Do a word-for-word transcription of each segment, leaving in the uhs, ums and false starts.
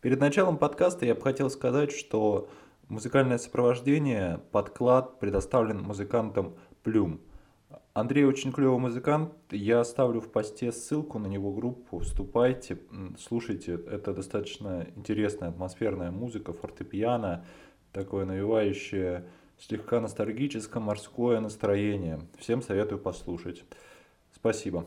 Перед началом подкаста я бы хотел сказать, что музыкальное сопровождение, подклад предоставлен музыкантом Плюм. Андрей очень клевый музыкант, я оставлю в посте ссылку на него группу, вступайте, слушайте, это достаточно интересная атмосферная музыка, фортепиано, такое навевающее слегка ностальгическое морское настроение. Всем советую послушать. Спасибо.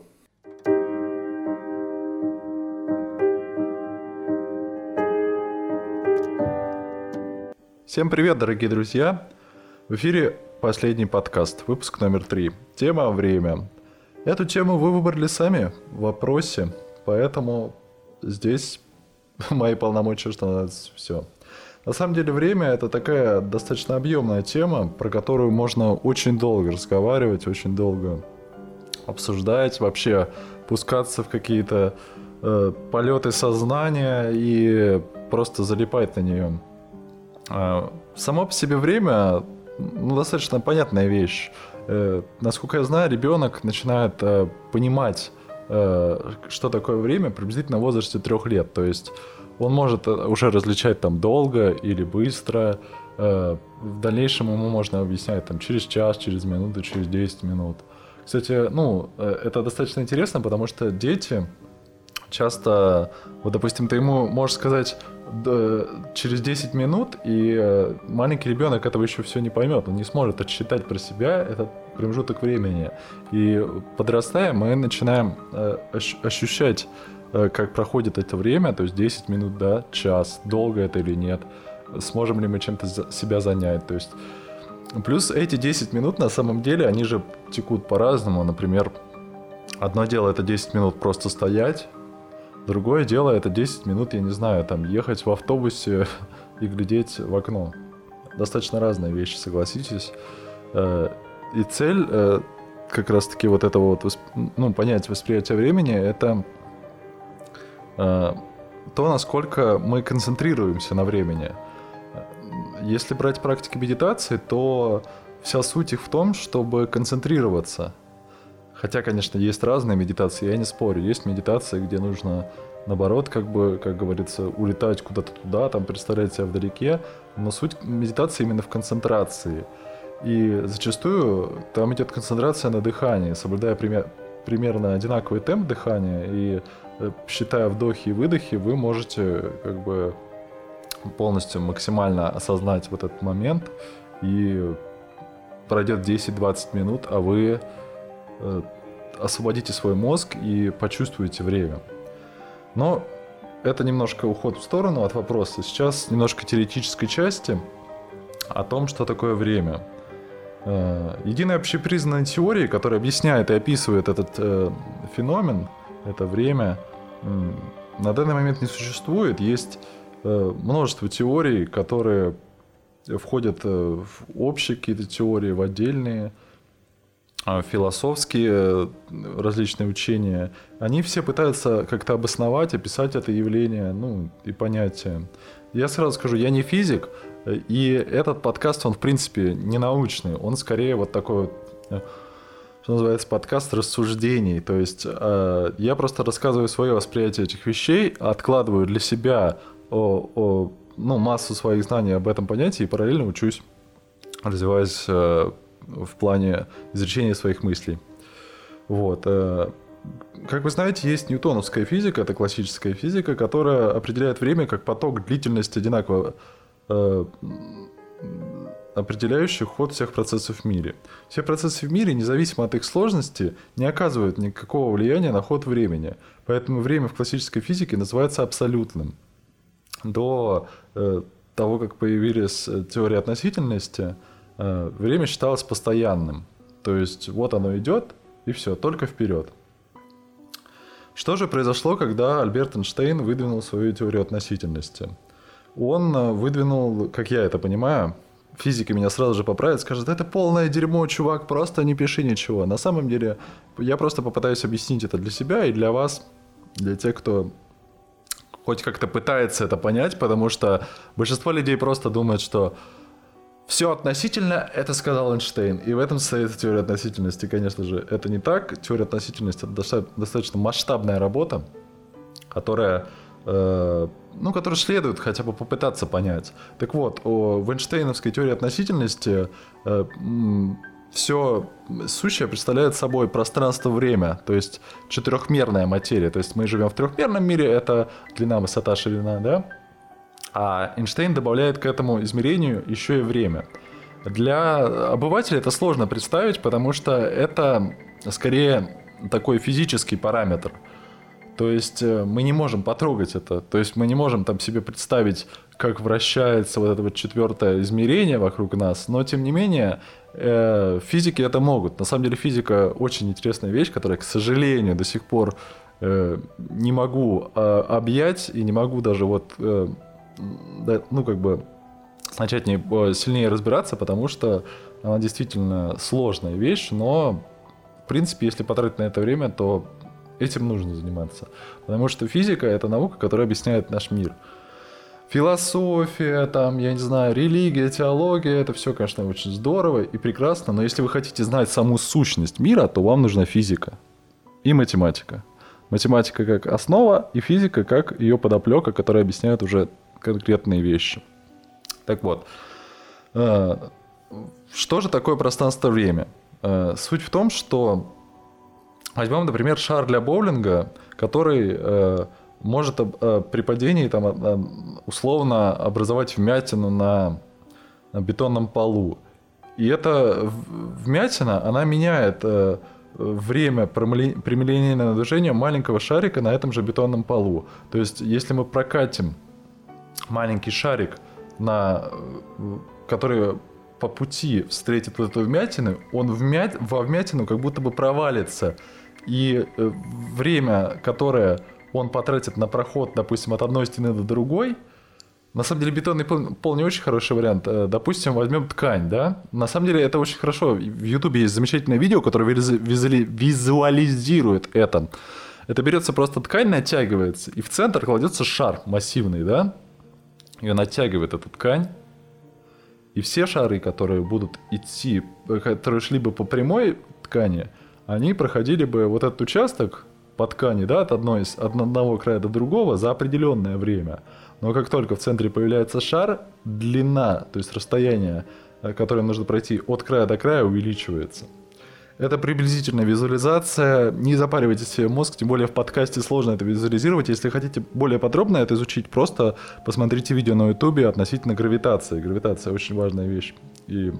Всем привет, дорогие друзья! В эфире последний подкаст, выпуск номер три. Тема «Время». Эту тему вы выбрали сами в вопросе, поэтому здесь мои полномочия, что называется, все. На самом деле время — это такая достаточно объемная тема, про которую можно очень долго разговаривать, очень долго обсуждать, вообще пускаться в какие-то э, полеты сознания и просто залипать на нее. Само по себе время, ну, достаточно понятная вещь. Э, насколько я знаю, ребенок начинает э, понимать, э, что такое время, приблизительно в возрасте трех лет. То есть он может уже различать там долго или быстро. Э, в дальнейшем ему можно объяснять там через час, через минуту, через десять минут. Кстати, ну, это достаточно интересно, потому что дети часто, вот, допустим, ты ему можешь сказать через десять минут, и маленький ребенок этого еще все не поймет, он не сможет отсчитать про себя этот промежуток времени. И подрастая, мы начинаем ощущать, как проходит это время, то есть десять минут, да, час, долго это или нет, сможем ли мы чем-то себя занять, то есть плюс эти десять минут на самом деле, они же текут по-разному, например, одно дело это десять минут просто стоять, другое дело это десять минут, я не знаю, там ехать в автобусе и глядеть в окно. Достаточно разные вещи, согласитесь. И цель как раз-таки вот этого вот, ну, понятия восприятия времени, это то, насколько мы концентрируемся на времени. Если брать практики медитации, то вся суть их в том, чтобы концентрироваться. Хотя, конечно, есть разные медитации, я не спорю. Есть медитации, где нужно, наоборот, как бы, как говорится, улетать куда-то туда, там представлять себя вдалеке. Но суть медитации именно в концентрации. И зачастую там идет концентрация на дыхании, соблюдая пример, примерно одинаковый темп дыхания. И считая вдохи и выдохи, вы можете как бы полностью максимально осознать вот этот момент. И пройдет десять-двадцать минут, а вы освободите свой мозг и почувствуете время. Но это немножко уход в сторону от вопроса. Сейчас немножко теоретической части о том, что такое время. Единой общепризнанной теории, которая объясняет и описывает этот э, феномен, это время, на данный момент не существует. Есть э, множество теорий, которые входят в общие какие-то теории, в отдельные философские различные учения, они все пытаются как-то обосновать, описать это явление, ну, и понятие. Я сразу скажу, я не физик, и этот подкаст, он, в принципе, не научный, он скорее вот такой вот, что называется, подкаст рассуждений, то есть э, я просто рассказываю свое восприятие этих вещей, откладываю для себя о, о, ну, массу своих знаний об этом понятии и параллельно учусь, развиваясь э, в плане изречения своих мыслей. Вот. Как вы знаете, есть ньютоновская физика, это классическая физика, которая определяет время как поток, длительность одинаково э, определяющий ход всех процессов в мире. Все процессы в мире, независимо от их сложности, не оказывают никакого влияния на ход времени. Поэтому время в классической физике называется абсолютным. До э, того, как появились теории относительности, время считалось постоянным. То есть вот оно идет, и все, только вперед. Что же произошло, когда Альберт Эйнштейн выдвинул свою теорию относительности? Он выдвинул, как я это понимаю, физики меня сразу же поправят, скажут, это полное дерьмо, чувак, просто не пиши ничего. На самом деле, я просто попытаюсь объяснить это для себя и для вас, для тех, кто хоть как-то пытается это понять, потому что большинство людей просто думает, что все относительно, это сказал Эйнштейн. И в этом состоит теория относительности. Конечно же, это не так. Теория относительности — это достаточно масштабная работа, которая э, ну, которые следует хотя бы попытаться понять. Так вот, о, в Эйнштейновской теории относительности э, все сущее представляет собой пространство-время, то есть четырехмерная материя. То есть мы живем в трехмерном мире, это длина, высота, ширина, да? А Эйнштейн добавляет к этому измерению еще и время. Для обывателя это сложно представить, потому что это скорее такой физический параметр. То есть мы не можем потрогать это. То есть мы не можем там себе представить, как вращается вот это вот четвертое измерение вокруг нас. Но тем не менее, э, физики это могут. На самом деле физика очень интересная вещь, которая, к сожалению, до сих пор э, не могу э, объять и не могу даже вот, э, да, ну как бы начать в ней сильнее разбираться, потому что она действительно сложная вещь, но в принципе, если потратить на это время, то этим нужно заниматься. Потому что физика — это наука, которая объясняет наш мир. Философия, там, я не знаю, религия, теология — это все, конечно, очень здорово и прекрасно, но если вы хотите знать саму сущность мира, то вам нужна физика и математика. Математика как основа и физика как ее подоплека, которая объясняет уже конкретные вещи. Так вот, что же такое пространство-время? Суть в том, что возьмем, например, шар для боулинга, который э, может э, при падении там, э, условно образовать вмятину на, на бетонном полу. И эта вмятина, она меняет э, время прямолинейного движения маленького шарика на этом же бетонном полу. То есть, если мы прокатим маленький шарик, на, который по пути встретит вот эту вмятину, он вмять, во вмятину как будто бы провалится. И время, которое он потратит на проход, допустим, от одной стены до другой, на самом деле бетонный пол не очень хороший вариант. Допустим, возьмем ткань, да? На самом деле это очень хорошо. В Ютубе есть замечательное видео, которое визуализирует это. Это берется просто ткань, натягивается, и в центр кладется шар массивный, да? Ее натягивает эту ткань. И все шары, которые будут идти, которые шли бы по прямой ткани, они проходили бы вот этот участок по ткани, да, от, одной, от одного края до другого за определенное время. Но как только в центре появляется шар, длина, то есть расстояние, которое нужно пройти от края до края, увеличивается. Это приблизительная визуализация. Не запаривайте себе мозг, тем более в подкасте сложно это визуализировать. Если хотите более подробно это изучить, просто посмотрите видео на ютубе относительно гравитации. Гравитация очень важная вещь, и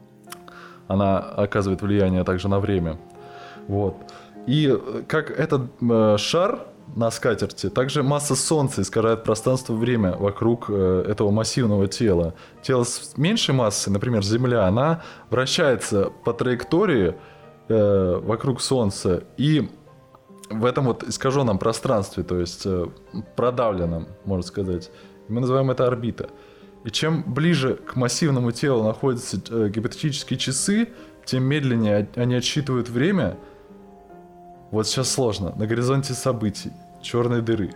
она оказывает влияние также на время. Вот. И как этот э, шар на скатерти, также масса Солнца искажает пространство-время вокруг э, этого массивного тела. Тело с меньшей массой, например, Земля, она вращается по траектории э, вокруг Солнца, и в этом вот искаженном пространстве, то есть э, продавленном, можно сказать, мы называем это орбита. И чем ближе к массивному телу находятся э, гипотетические часы, тем медленнее они отсчитывают время. Вот сейчас сложно. На горизонте событий. Черной дыры.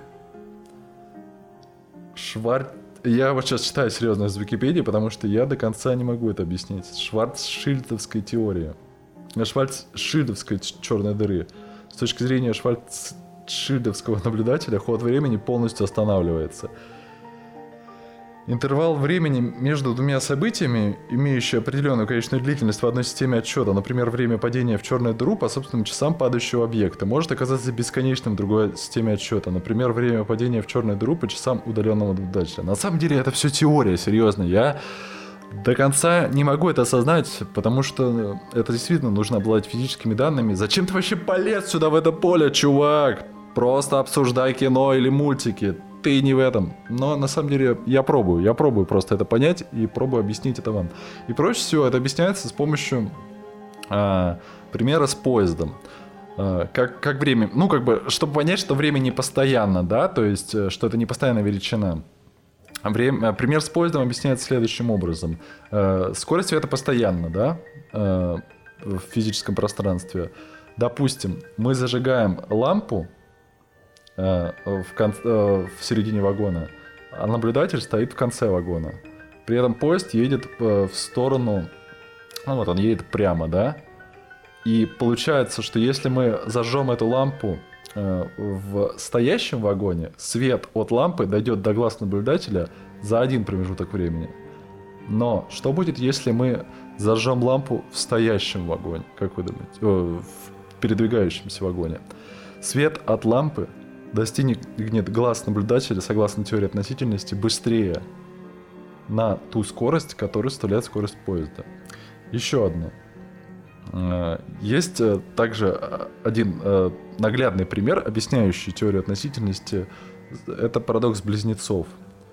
Шварц... Я вот сейчас читаю серьезно из Википедии, потому что я до конца не могу это объяснить. Шварцшильдовская теория. Шварцшильдовской черной дыры. С точки зрения шварцшильдовского наблюдателя, ход времени полностью останавливается. Интервал времени между двумя событиями, имеющий определенную конечную длительность в одной системе отсчета, например, время падения в черную дыру по собственным часам падающего объекта, может оказаться бесконечным в другой системе отсчета, например, время падения в черную дыру по часам удаленного наблюдателя. На самом деле это все теория, серьезно. Я до конца не могу это осознать, потому что это действительно нужно обладать физическими данными. Зачем ты вообще полез сюда в это поле, чувак? Просто обсуждай кино или мультики. Ты не в этом. Но на самом деле я пробую. Я пробую просто это понять и пробую объяснить это вам. И проще всего это объясняется с помощью э, примера с поездом. Э, как, как время... Ну, как бы, чтобы понять, что время не постоянно, да, то есть, что это не постоянная величина. Время, пример с поездом объясняется следующим образом. Э, скорость света постоянна, да, э, в физическом пространстве. Допустим, мы зажигаем лампу В, кон... в середине вагона, а наблюдатель стоит в конце вагона. При этом поезд едет в сторону, ну вот он едет прямо, да? И получается, что если мы зажжем эту лампу э, в стоящем вагоне свет от лампы дойдет до глаз наблюдателя за один промежуток времени. Но что будет, если мы зажжем лампу в стоящем вагоне, как вы думаете, о, в передвигающемся вагоне? Свет от лампы достигнет глаз наблюдателя, согласно теории относительности, быстрее на ту скорость, которую составляет скорость поезда. Еще одно. Есть также один наглядный пример, объясняющий теорию относительности. Это парадокс близнецов.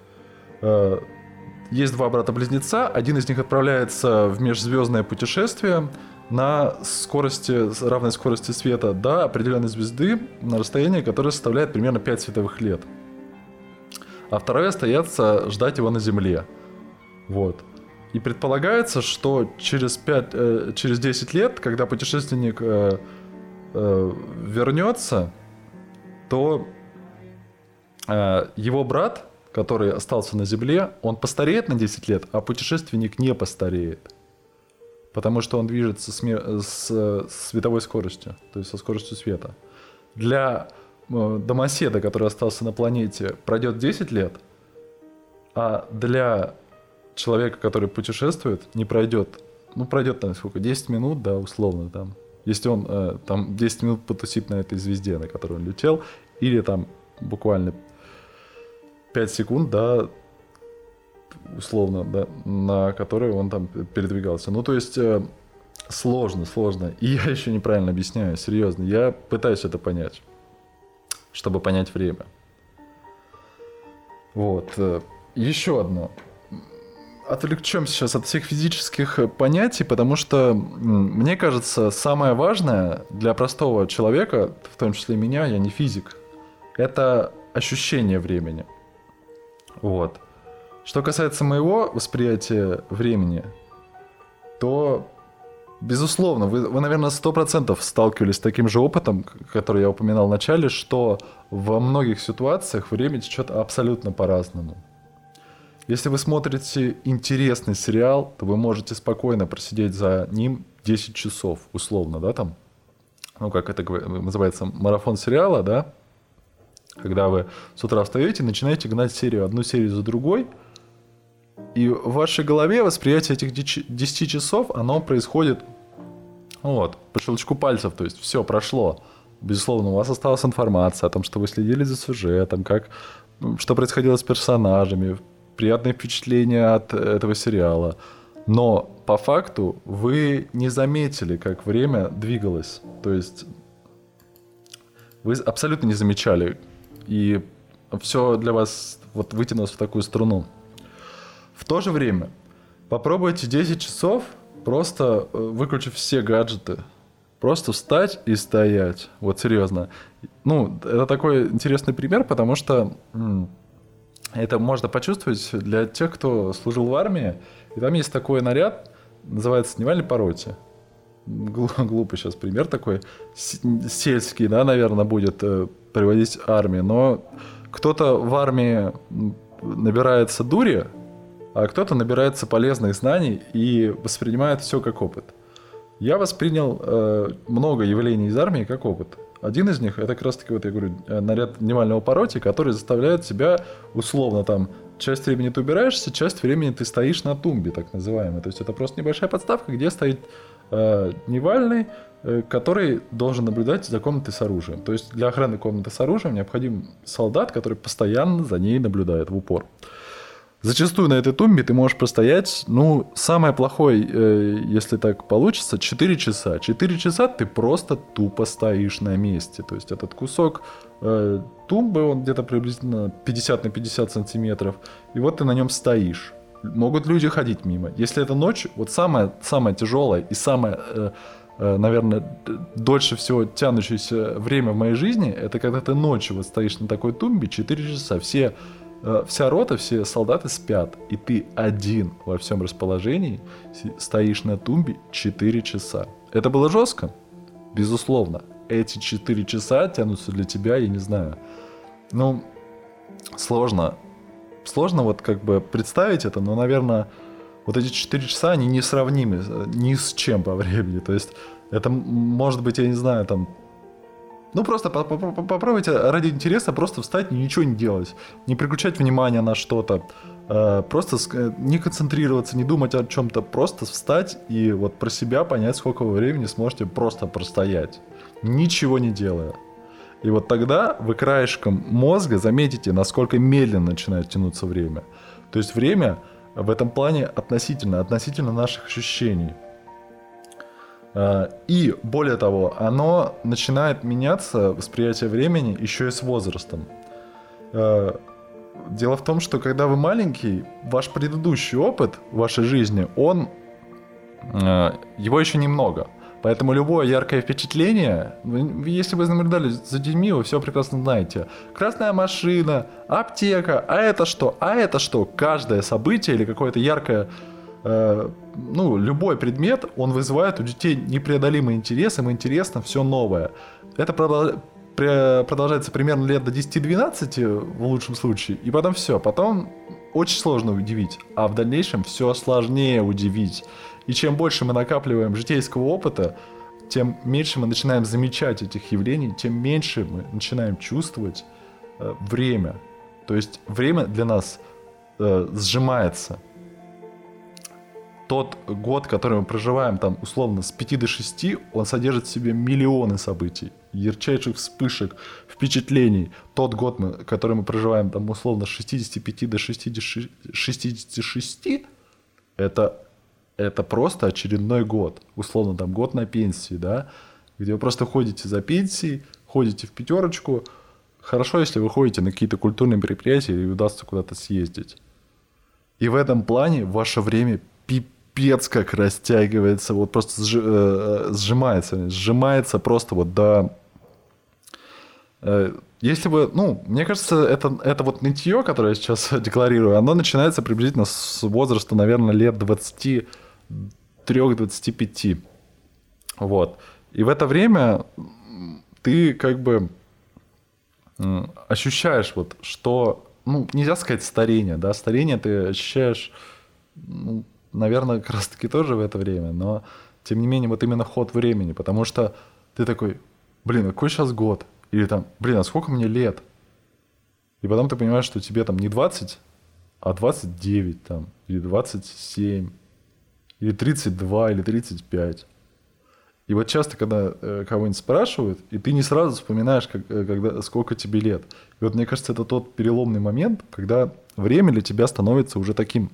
Есть два брата-близнеца, один из них отправляется в межзвездное путешествие на скорости, равной скорости света до определенной звезды на расстоянии, которое составляет примерно пять световых лет. А второй остается ждать его на Земле. Вот. И предполагается, что через, пять, э, через десять лет, когда путешественник э, э, вернется, то э, его брат, который остался на Земле, он постареет на десять лет, а путешественник не постареет. Потому что он движется с, с, с световой скоростью, то есть со скоростью света. Для э, домоседа, который остался на планете, пройдет десять лет, а для человека, который путешествует, не пройдет, ну, пройдет там сколько, десять минут, да, условно, там. Если он э, там десять минут потусит на этой звезде, на которой он летел, или там буквально пять секунд, да, условно, да, на которой он там передвигался. Ну, то есть э, сложно, сложно. И я еще неправильно объясняю, серьезно. Я пытаюсь это понять, чтобы понять время. Вот. Еще одно. Отвлечем сейчас от всех физических понятий, потому что, мне кажется, самое важное для простого человека, в том числе меня, я не физик, это ощущение времени. Вот. Что касается моего восприятия времени, то, безусловно, вы, вы наверное, сто процентов сталкивались с таким же опытом, который я упоминал в начале, что во многих ситуациях время течет абсолютно по-разному. Если вы смотрите интересный сериал, то вы можете спокойно просидеть за ним десять часов, условно, да, там, ну, как это называется, марафон сериала, да, когда вы с утра встаете и начинаете гнать серию, одну серию за другой, и в вашей голове восприятие этих десяти часов, оно происходит вот, по щелчку пальцев, то есть все прошло. Безусловно, у вас осталась информация о том, что вы следили за сюжетом, как, что происходило с персонажами, приятные впечатления от этого сериала. Но по факту вы не заметили, как время двигалось. То есть вы абсолютно не замечали. И все для вас вот вытянулось в такую струну. В то же время попробуйте десять часов, просто выключив все гаджеты. Просто встать и стоять. Вот серьезно. Ну, это такой интересный пример, потому что м- это можно почувствовать для тех, кто служил в армии. И там есть такой наряд, называется «Дневальный по роте». Глупый сейчас пример такой. Сельский, да, наверное, будет приводить армию. Но кто-то в армии набирается дури, а кто-то набирается полезных знаний и воспринимает все как опыт. Я воспринял э, много явлений из армии как опыт. Один из них, это как раз таки, вот я говорю, наряд дневального по роте, который заставляет тебя, условно, там, часть времени ты убираешься, часть времени ты стоишь на тумбе, так называемой. То есть это просто небольшая подставка, где стоит э, дневальный, э, который должен наблюдать за комнатой с оружием. То есть для охраны комнаты с оружием необходим солдат, который постоянно за ней наблюдает в упор. Зачастую на этой тумбе ты можешь простоять, ну, самое плохое, э, если так получится, четыре часа. четыре часа ты просто тупо стоишь на месте. То есть этот кусок э, тумбы, он где-то приблизительно пятьдесят на пятьдесят сантиметров, и вот ты на нем стоишь. Могут люди ходить мимо. Если это ночь, вот самое, самое тяжелое и самое, э, э, наверное, дольше всего тянущееся время в моей жизни, это когда ты ночью вот стоишь на такой тумбе четыре часа. Все... Вся рота, все солдаты спят, и ты один во всем расположении стоишь на тумбе четыре часа. Это было жестко? Безусловно. Эти четыре часа тянутся для тебя, я не знаю. Ну, сложно. Сложно вот как бы представить это, но, наверное, вот эти четыре часа, они несравнимы ни с чем по времени. То есть это может быть, я не знаю, там Ну, просто попробуйте ради интереса просто встать и ничего не делать. Не переключать внимание на что-то. Просто не концентрироваться, не думать о чем-то. Просто встать и вот про себя понять, сколько вы времени сможете просто простоять. Ничего не делая. И вот тогда вы краешком мозга заметите, насколько медленно начинает тянуться время. То есть время в этом плане относительно, относительно наших ощущений. И более того, оно начинает меняться, восприятие времени, еще и с возрастом. Дело в том, что когда вы маленький, ваш предыдущий опыт в вашей жизни, он, его еще немного. Поэтому любое яркое впечатление, если вы наблюдали за детьми, вы все прекрасно знаете. Красная машина, аптека, а это что? А это что? Каждое событие или какое-то яркое, э, ну, любой предмет, он вызывает у детей непреодолимый интерес, им интересно все новое. Это продолжается примерно лет до десяти-двенадцати в лучшем случае, и потом все. Потом очень сложно удивить, а в дальнейшем все сложнее удивить. И чем больше мы накапливаем житейского опыта, тем меньше мы начинаем замечать этих явлений, тем меньше мы начинаем чувствовать э, время. То есть время для нас э, сжимается. Тот год, который мы проживаем там условно с пяти до шести, он содержит в себе миллионы событий, ярчайших вспышек, впечатлений. Тот год, мы, который мы проживаем там условно с шестидесяти пяти до шестидесяти шести, это... Это просто очередной год. Условно, там, год на пенсии, да, где вы просто ходите за пенсией, ходите в пятерочку. Хорошо, если вы ходите на какие-то культурные мероприятия и удастся куда-то съездить. И в этом плане ваше время пипец как растягивается, вот просто сжимается, сжимается просто вот до... Если бы, ну, мне кажется, это, это вот нытье, которое я сейчас декларирую, оно начинается приблизительно с возраста, наверное, лет двадцати трёх - двадцати пяти. Вот. И в это время ты как бы ощущаешь вот, что, ну, нельзя сказать старение, да, старение ты ощущаешь, ну, наверное, как раз-таки тоже в это время, но, тем не менее, вот именно ход времени, потому что ты такой, блин, какой сейчас год? Или там, блин, а сколько мне лет? И потом ты понимаешь, что тебе там не двадцать, а двадцать девять там, или двадцать семь, или тридцать два, или тридцать пять. И вот часто, когда э, кого-нибудь спрашивают, и ты не сразу вспоминаешь, как, э, когда, сколько тебе лет. И вот мне кажется, это тот переломный момент, когда время для тебя становится уже таким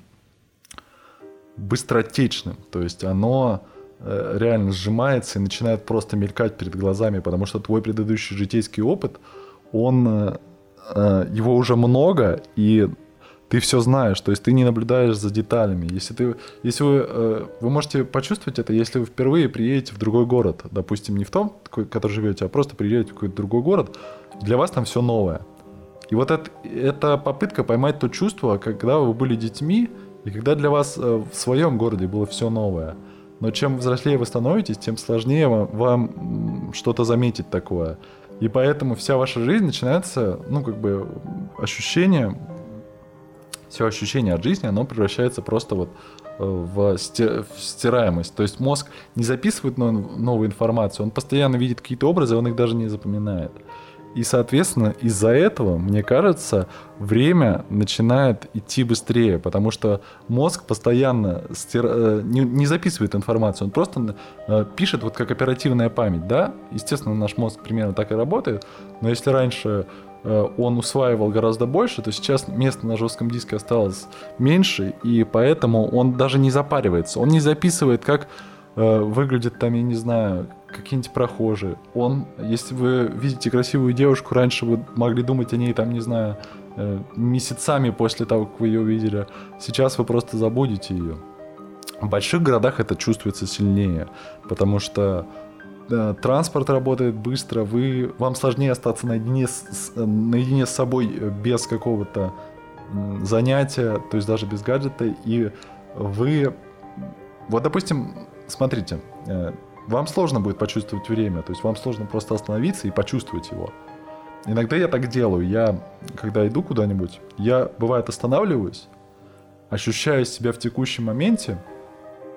быстротечным. То есть оно... реально сжимается и начинает просто мелькать перед глазами, потому что твой предыдущий житейский опыт, он, его уже много, и ты все знаешь, то есть ты не наблюдаешь за деталями. Если, ты, если вы, вы можете почувствовать это, если вы впервые приедете в другой город, допустим, не в том, в который живете, а просто приедете в какой-то другой город, для вас там все новое. И вот это, это попытка поймать то чувство, когда вы были детьми, и когда для вас в своем городе было все новое. Но чем взрослее вы становитесь, тем сложнее вам, вам что-то заметить такое. И поэтому вся ваша жизнь начинается, ну, как бы, ощущение, все ощущение от жизни, оно превращается просто вот в, сти, в стираемость. То есть мозг не записывает новую информацию, он постоянно видит какие-то образы, он их даже не запоминает. И, соответственно, из-за этого, мне кажется, время начинает идти быстрее, потому что мозг постоянно стир... не, не записывает информацию, он просто пишет вот как оперативная память, да? Естественно, наш мозг примерно так и работает, но если раньше он усваивал гораздо больше, то сейчас места на жестком диске осталось меньше, и поэтому он даже не запаривается, он не записывает, как выглядит там, я не знаю, какие-нибудь прохожие. Он, если вы видите красивую девушку, раньше вы могли думать о ней, там, не знаю, месяцами после того, как вы ее увидели. Сейчас вы просто забудете ее. В больших городах это чувствуется сильнее, потому что да, транспорт работает быстро, вы, вам сложнее остаться наедине с, наедине с собой без какого-то занятия, то есть даже без гаджета, и вы... Вот, допустим, смотрите, вам сложно будет почувствовать время, то есть вам сложно просто остановиться и почувствовать его. Иногда я так делаю, я, когда иду куда-нибудь, я, бывает, останавливаюсь, ощущаю себя в текущем моменте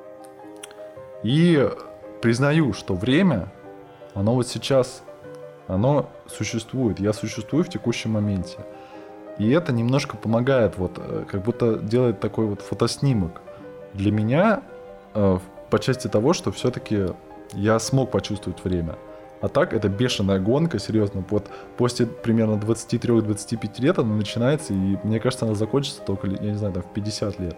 и признаю, что время, оно вот сейчас оно существует. Я существую в текущем моменте. И это немножко помогает, вот, как будто делает такой вот фотоснимок для меня э, по части того, что все-таки я смог почувствовать время. А так, это бешеная гонка, серьезно. Вот после примерно двадцати трёх - двадцати пяти лет она начинается, и мне кажется, она закончится только, я не знаю, там, в пятьдесят лет.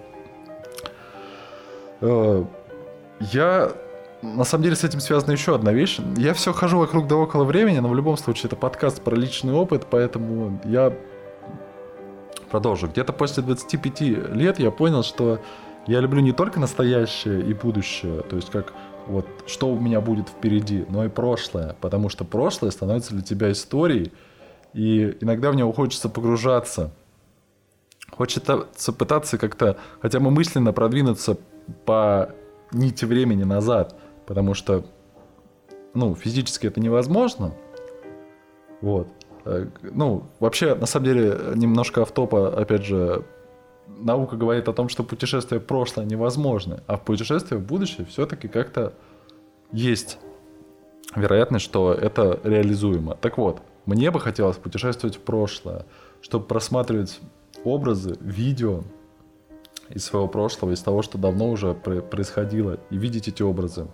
Э, я... На самом деле с этим связана еще одна вещь. Я все хожу вокруг да около времени, но в любом случае это подкаст про личный опыт, поэтому я продолжу. Где-то после двадцати пяти лет я понял, что я люблю не только настоящее и будущее, то есть как вот что у меня будет впереди, но и прошлое, потому что прошлое становится для тебя историей, и иногда в него хочется погружаться, хочется пытаться как-то хотя бы мысленно продвинуться по нити времени назад, потому что, ну, физически это невозможно. Вот. Ну, вообще, на самом деле, немножко автопа, опять же, наука говорит о том, что путешествие в прошлое невозможно, а в путешествие в будущее все-таки как-то есть вероятность, что это реализуемо. Так вот, мне бы хотелось путешествовать в прошлое, чтобы просматривать образы, видео из своего прошлого, из того, что давно уже происходило, и видеть эти образы.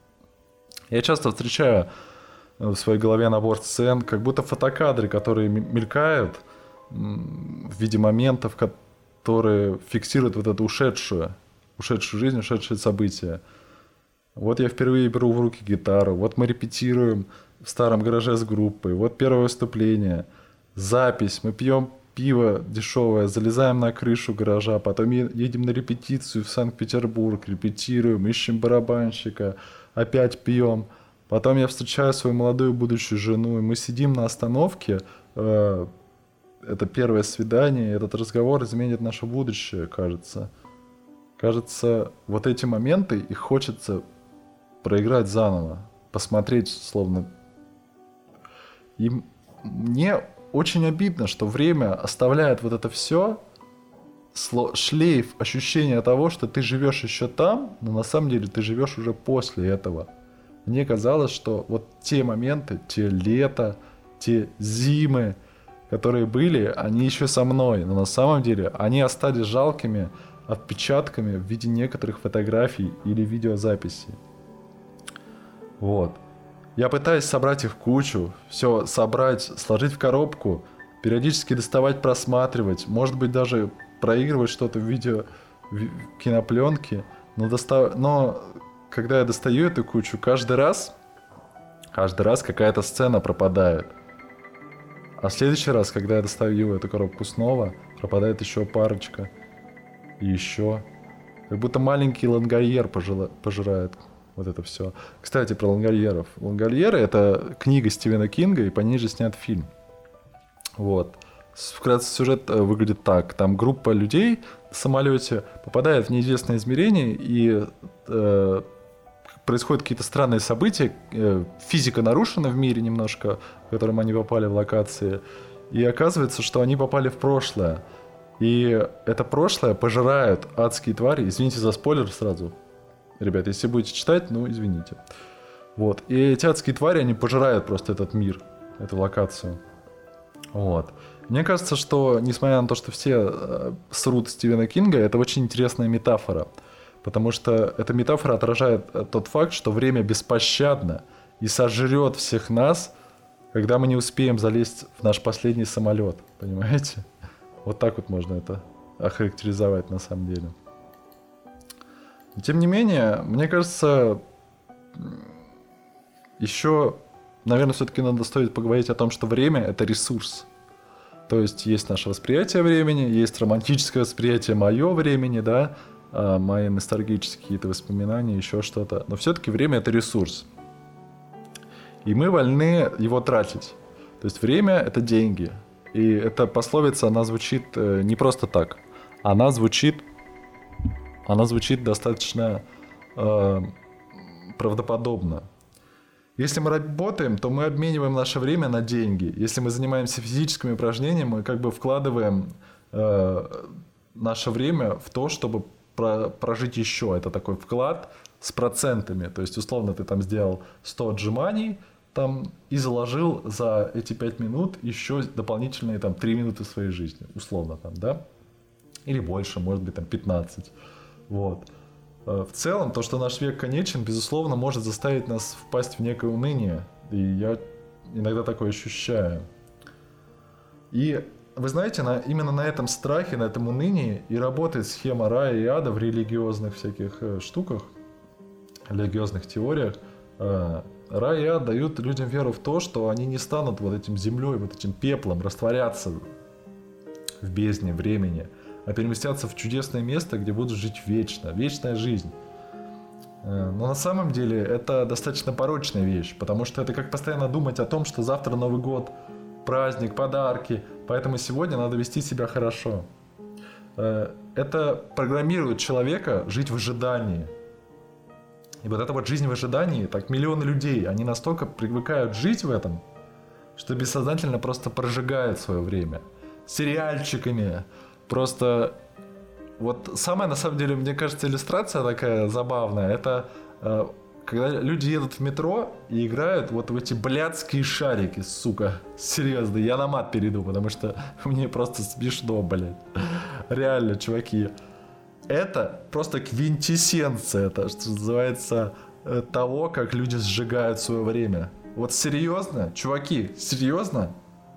Я часто встречаю в своей голове набор сцен, как будто фотокадры, которые мелькают в виде моментов, которые фиксируют вот эту ушедшую, ушедшую жизнь, ушедшие события. Вот я впервые беру в руки гитару, вот мы репетируем в старом гараже с группой, вот первое выступление, запись, мы пьем пиво дешевое, залезаем на крышу гаража, потом едем на репетицию в Санкт-Петербург, репетируем, ищем барабанщика, опять пьем. Потом я встречаю свою молодую будущую жену, и мы сидим на остановке. Э, это первое свидание, этот разговор изменит наше будущее, кажется. Кажется, вот эти моменты, их хочется проиграть заново, посмотреть словно. И мне очень обидно, что время оставляет вот это все, шлейф ощущения того, что ты живешь еще там, но на самом деле ты живешь уже после этого. Мне казалось, что вот те моменты, те лета, те зимы, которые были, они еще со мной, но на самом деле они остались жалкими отпечатками в виде некоторых фотографий или видеозаписей. Вот. Я пытаюсь собрать их в кучу, все собрать, сложить в коробку, периодически доставать, просматривать, может быть даже проигрывать что-то в видео, в кинопленке, но, достав... но когда я достаю эту кучу, каждый раз, каждый раз какая-то сцена пропадает. А в следующий раз, когда я достаю эту коробку снова, пропадает еще парочка. И еще. Как будто маленький лангольер пожила... пожирает вот это все. Кстати, про лангольеров. Лангольеры — это книга Стивена Кинга, и по ней же снят фильм. Вот. Вкратце сюжет выглядит так. Там группа людей в самолете попадает в неизвестное измерение, и э, происходят какие-то странные события. Э, физика нарушена в мире немножко, в котором они попали в локации. И оказывается, что они попали в прошлое. И это прошлое пожирают адские твари. Извините за спойлер сразу. Ребят, если будете читать, ну, извините. Вот. И эти адские твари, они пожирают просто этот мир, эту локацию. Вот. Мне кажется, что, несмотря на то, что все э, срут Стивена Кинга, это очень интересная метафора. Потому что эта метафора отражает тот факт, что время беспощадно и сожрет всех нас, когда мы не успеем залезть в наш последний самолет. Понимаете? Вот так вот можно это охарактеризовать на самом деле. Тем не менее, мне кажется, еще, наверное, все-таки надо стоит поговорить о том, что время — это ресурс. То есть есть наше восприятие времени, есть романтическое восприятие мое времени, да, мои ностальгические какие-то воспоминания, еще что-то. Но все-таки время — это ресурс. И мы вольны его тратить. То есть время — это деньги. И эта пословица, она звучит не просто так. Она звучит, она звучит достаточно э, правдоподобно. Если мы работаем, то мы обмениваем наше время на деньги. Если мы занимаемся физическими упражнениями, мы как бы вкладываем э, наше время в то, чтобы про- прожить еще. Это такой вклад с процентами. То есть, условно, ты там сделал сто отжиманий, там и заложил за эти пять минут еще дополнительные там три минуты своей жизни, условно там, да? Или больше, может быть, там пятнадцать. Вот. В целом, то, что наш век конечен, безусловно, может заставить нас впасть в некое уныние. И я иногда такое ощущаю. И вы знаете, на, именно на этом страхе, на этом унынии и работает схема рая и ада в религиозных всяких э, штуках, религиозных теориях. Э, рай и ад дают людям веру в то, что они не станут вот этим землей, вот этим пеплом растворяться в бездне времени, а переместятся в чудесное место, где будут жить вечно, вечная жизнь. Э, но на самом деле это достаточно порочная вещь, потому что это как постоянно думать о том, что завтра Новый год, праздник, подарки, поэтому сегодня надо вести себя хорошо. Это программирует человека жить в ожидании. И вот эта вот жизнь в ожидании, так миллионы людей, они настолько привыкают жить в этом, что бессознательно просто прожигают свое время. Сериальчиками. Просто вот самая, на самом деле, мне кажется, иллюстрация такая забавная, это когда люди едут в метро и играют вот в эти блядские шарики, сука. Серьезно, я на мат перейду, потому что мне просто смешно, блядь. Реально, чуваки. Это просто квинтэссенция, это, что называется, того, как люди сжигают свое время. Вот серьезно, чуваки, серьезно?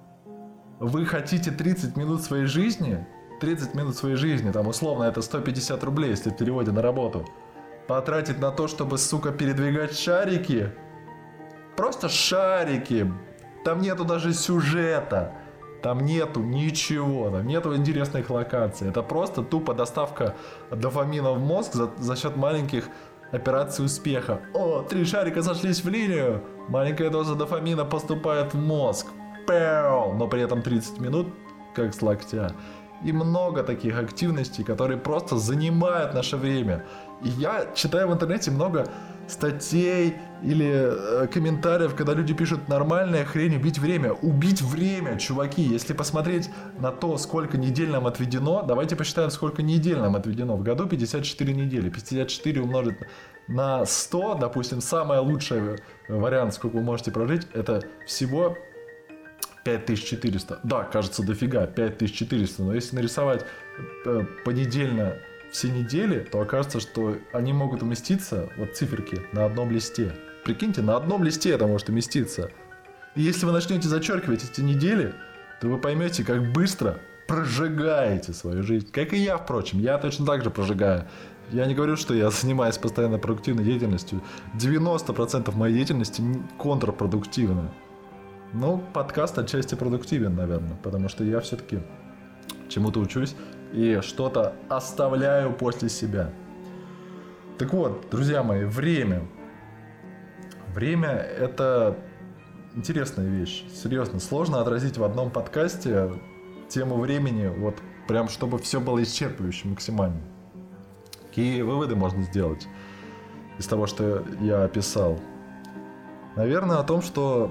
Вы хотите тридцать минут своей жизни? тридцать минут своей жизни, там условно это сто пятьдесят рублей, если в переводе на работу. Потратить на то, чтобы, сука, передвигать шарики? Просто шарики. Там нету даже сюжета. Там нету ничего. Там нету интересных локаций. Это просто тупо доставка дофамина в мозг за, за счет маленьких операций успеха. О, три шарика сошлись в линию. Маленькая доза дофамина поступает в мозг. Пэу! Но при этом тридцать минут как с локтя. И много таких активностей, которые просто занимают наше время. И я читаю в интернете много статей или э, комментариев, когда люди пишут: нормальная хрень убить время. Убить время, чуваки. Если посмотреть на то, сколько недель нам отведено, давайте посчитаем, сколько недель нам отведено. В году пятьдесят четыре недели. пятьдесят четыре умножить на сто, допустим, самый лучший вариант, сколько вы можете прожить, это всего пять тысяч четыреста. Да, кажется, дофига, пять тысяч четыреста. Но если нарисовать э, понедельно все недели, то окажется, что они могут уместиться, вот циферки, на одном листе. Прикиньте, на одном листе это может уместиться. И если вы начнете зачеркивать эти недели, то вы поймете, как быстро прожигаете свою жизнь. Как и я, впрочем. Я точно так же прожигаю. Я не говорю, что я занимаюсь постоянно продуктивной деятельностью. девяносто процентов моей деятельности контрпродуктивна. Ну, подкаст отчасти продуктивен, наверное, потому что я все-таки чему-то учусь и что-то оставляю после себя. Так вот, друзья мои, время. Время — это интересная вещь. Серьезно, сложно отразить в одном подкасте тему времени, вот прям чтобы все было исчерпывающе максимально. Какие выводы можно сделать из того, что я описал? Наверное, о том, что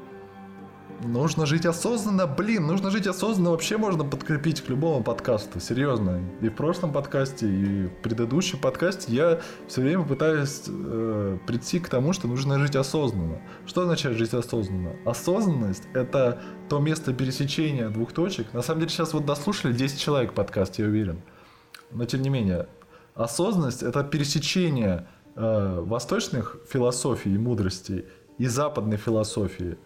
нужно жить осознанно. Блин, нужно жить осознанно вообще можно подкрепить к любому подкасту. Серьезно. И в прошлом подкасте, и в предыдущем подкасте я все время пытаюсь э, прийти к тому, что нужно жить осознанно. Что означает жить осознанно? Осознанность — это то место пересечения двух точек. На самом деле сейчас вот дослушали десять человек подкаст, я уверен. Но тем не менее, осознанность — это пересечение э, восточных философий и мудростей и западной философии.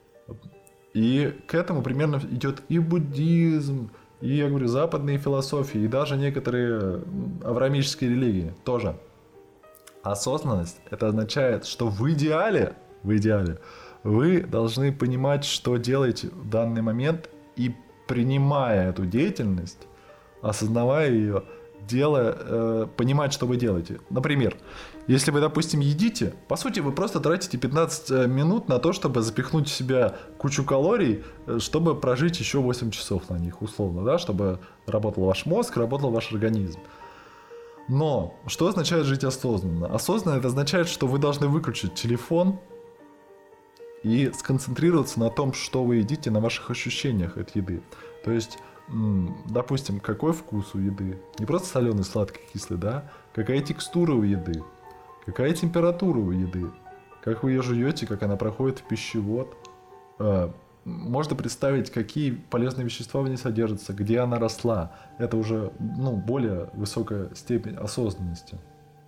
И к этому примерно идет и буддизм, и, я говорю, западные философии, и даже некоторые авраамические религии тоже. Осознанность — это означает, что в идеале, в идеале вы должны понимать, что делаете в данный момент, и принимая эту деятельность, осознавая ее, делая, э, понимать, что вы делаете. Например, если вы, допустим, едите, по сути, вы просто тратите пятнадцать минут на то, чтобы запихнуть в себя кучу калорий, чтобы прожить еще восемь часов на них, условно, да, чтобы работал ваш мозг, работал ваш организм. Но что означает жить осознанно? Осознанно — это означает, что вы должны выключить телефон и сконцентрироваться на том, что вы едите, на ваших ощущениях от еды. То есть, допустим, какой вкус у еды? Не просто соленый, сладкий, кислый, да? Какая текстура у еды? Какая температура у еды? как вы ее жуете, как она проходит в пищевод. Можно представить, какие полезные вещества в ней содержатся, где она росла. Это уже ну, более высокая степень осознанности.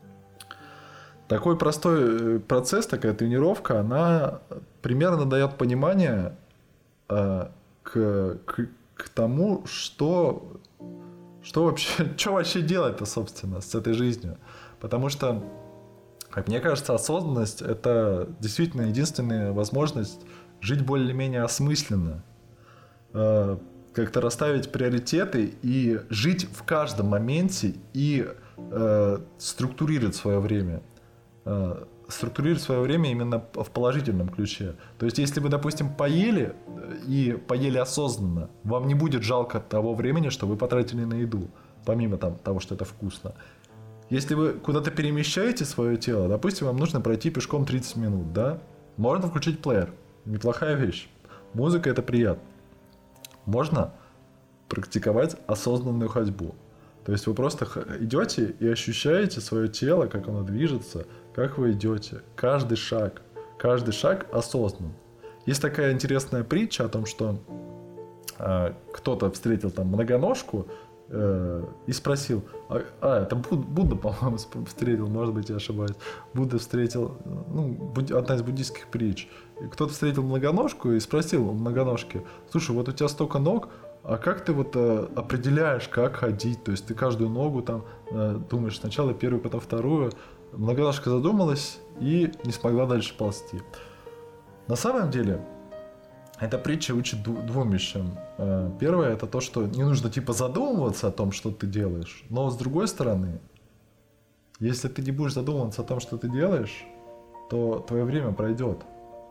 Такой простой процесс, такая тренировка, она примерно дает понимание э, к, к, к тому, что, что, вообще, что вообще делать-то, собственно, с этой жизнью. Потому что, как мне кажется, осознанность – это действительно единственная возможность жить более-менее осмысленно, э, как-то расставить приоритеты и жить в каждом моменте и э, структурировать свое время. Э, структурировать свое время именно в положительном ключе. То есть, если вы, допустим, поели и поели осознанно, вам не будет жалко того времени, что вы потратили на еду, помимо там, того, что это вкусно. Если вы куда-то перемещаете свое тело, допустим, вам нужно пройти пешком тридцать минут, да? Можно включить плеер. Неплохая вещь. Музыка – это приятно. Можно практиковать осознанную ходьбу. То есть вы просто идете и ощущаете свое тело, как оно движется, как вы идете. Каждый шаг. Каждый шаг осознан. Есть такая интересная притча о том, что э, кто-то встретил там многоножку э, и спросил, а, а это Буд, Будда, по-моему, встретил, может быть, я ошибаюсь. Будда встретил, ну, буд, одна из буддийских притч. И кто-то встретил многоножку и спросил у многоножки, слушай, вот у тебя столько ног, а как ты вот э, определяешь, как ходить? То есть ты каждую ногу там э, думаешь сначала первую, потом вторую. Многоножка задумалась и не смогла дальше ползти. На самом деле, эта притча учит двум вещам. Э, первое, это то, что не нужно типа задумываться о том, что ты делаешь. Но с другой стороны, если ты не будешь задумываться о том, что ты делаешь, то твое время пройдет.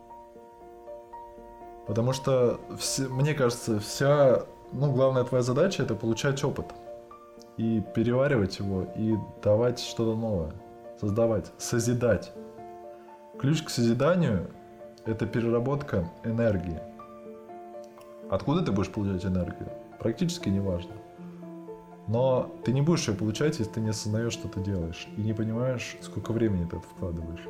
Потому что, все, мне кажется, вся, ну, главная твоя задача – это получать опыт. И переваривать его, и давать что-то новое. Создавать, созидать. Ключ к созиданию – это переработка энергии. Откуда ты будешь получать энергию? Практически не важно. Но ты не будешь ее получать, если ты не осознаешь, что ты делаешь. И не понимаешь, сколько времени ты это вкладываешь.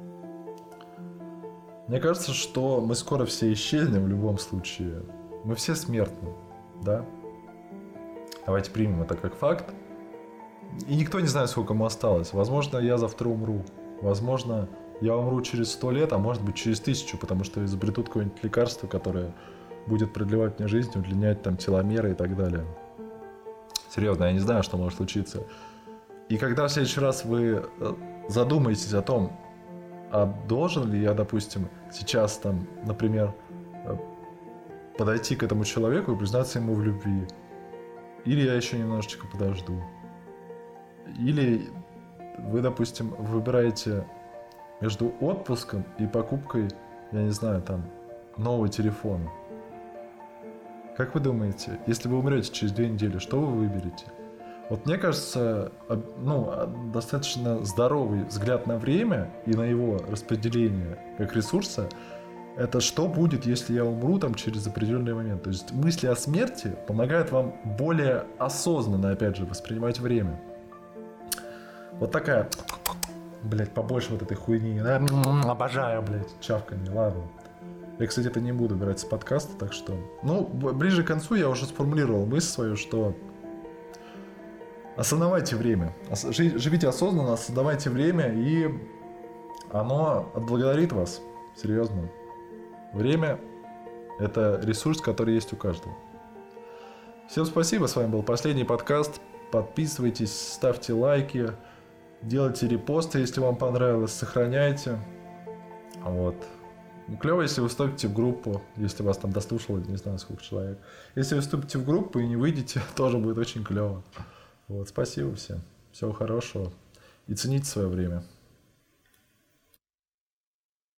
Мне кажется, что мы скоро все исчезнем в любом случае. Мы все смертны, да? Давайте примем это как факт. И никто не знает, сколько ему осталось. Возможно, я завтра умру. Возможно, я умру через сто лет, а может быть через тысячу, потому что изобретут какое-нибудь лекарство, которое будет продлевать мне жизнь, удлинять там теломеры и так далее. Серьезно, я не знаю, что может случиться. И когда в следующий раз вы задумаетесь о том, а должен ли я, допустим, сейчас там, например, подойти к этому человеку и признаться ему в любви? Или я еще немножечко подожду? Или вы, допустим, выбираете между отпуском и покупкой, я не знаю, там, нового телефона? Как вы думаете, если вы умрете через две недели, что вы выберете? Вот мне кажется, ну, достаточно здоровый взгляд на время и на его распределение как ресурса – это что будет, если я умру там через определенный момент. То есть мысли о смерти помогают вам более осознанно, опять же, воспринимать время. Вот такая, блядь, побольше вот этой хуйни. Да? Обожаю, блядь, чавканье, ладно. Я, кстати, это не буду брать с подкаста, так что… Ну, ближе к концу я уже сформулировал мысль свою, что… Осознавайте время. Живите осознанно, осознавайте время, и оно отблагодарит вас. Серьезно. Время – это ресурс, который есть у каждого. Всем спасибо. С вами был последний подкаст. Подписывайтесь, ставьте лайки, делайте репосты, если вам понравилось, сохраняйте. Вот. Клево, если вы вступите в группу, если вас там дослушало, не знаю, сколько человек. Если вы вступите в группу и не выйдете, тоже будет очень клево. Вот, спасибо всем. Всего хорошего. И цените свое время.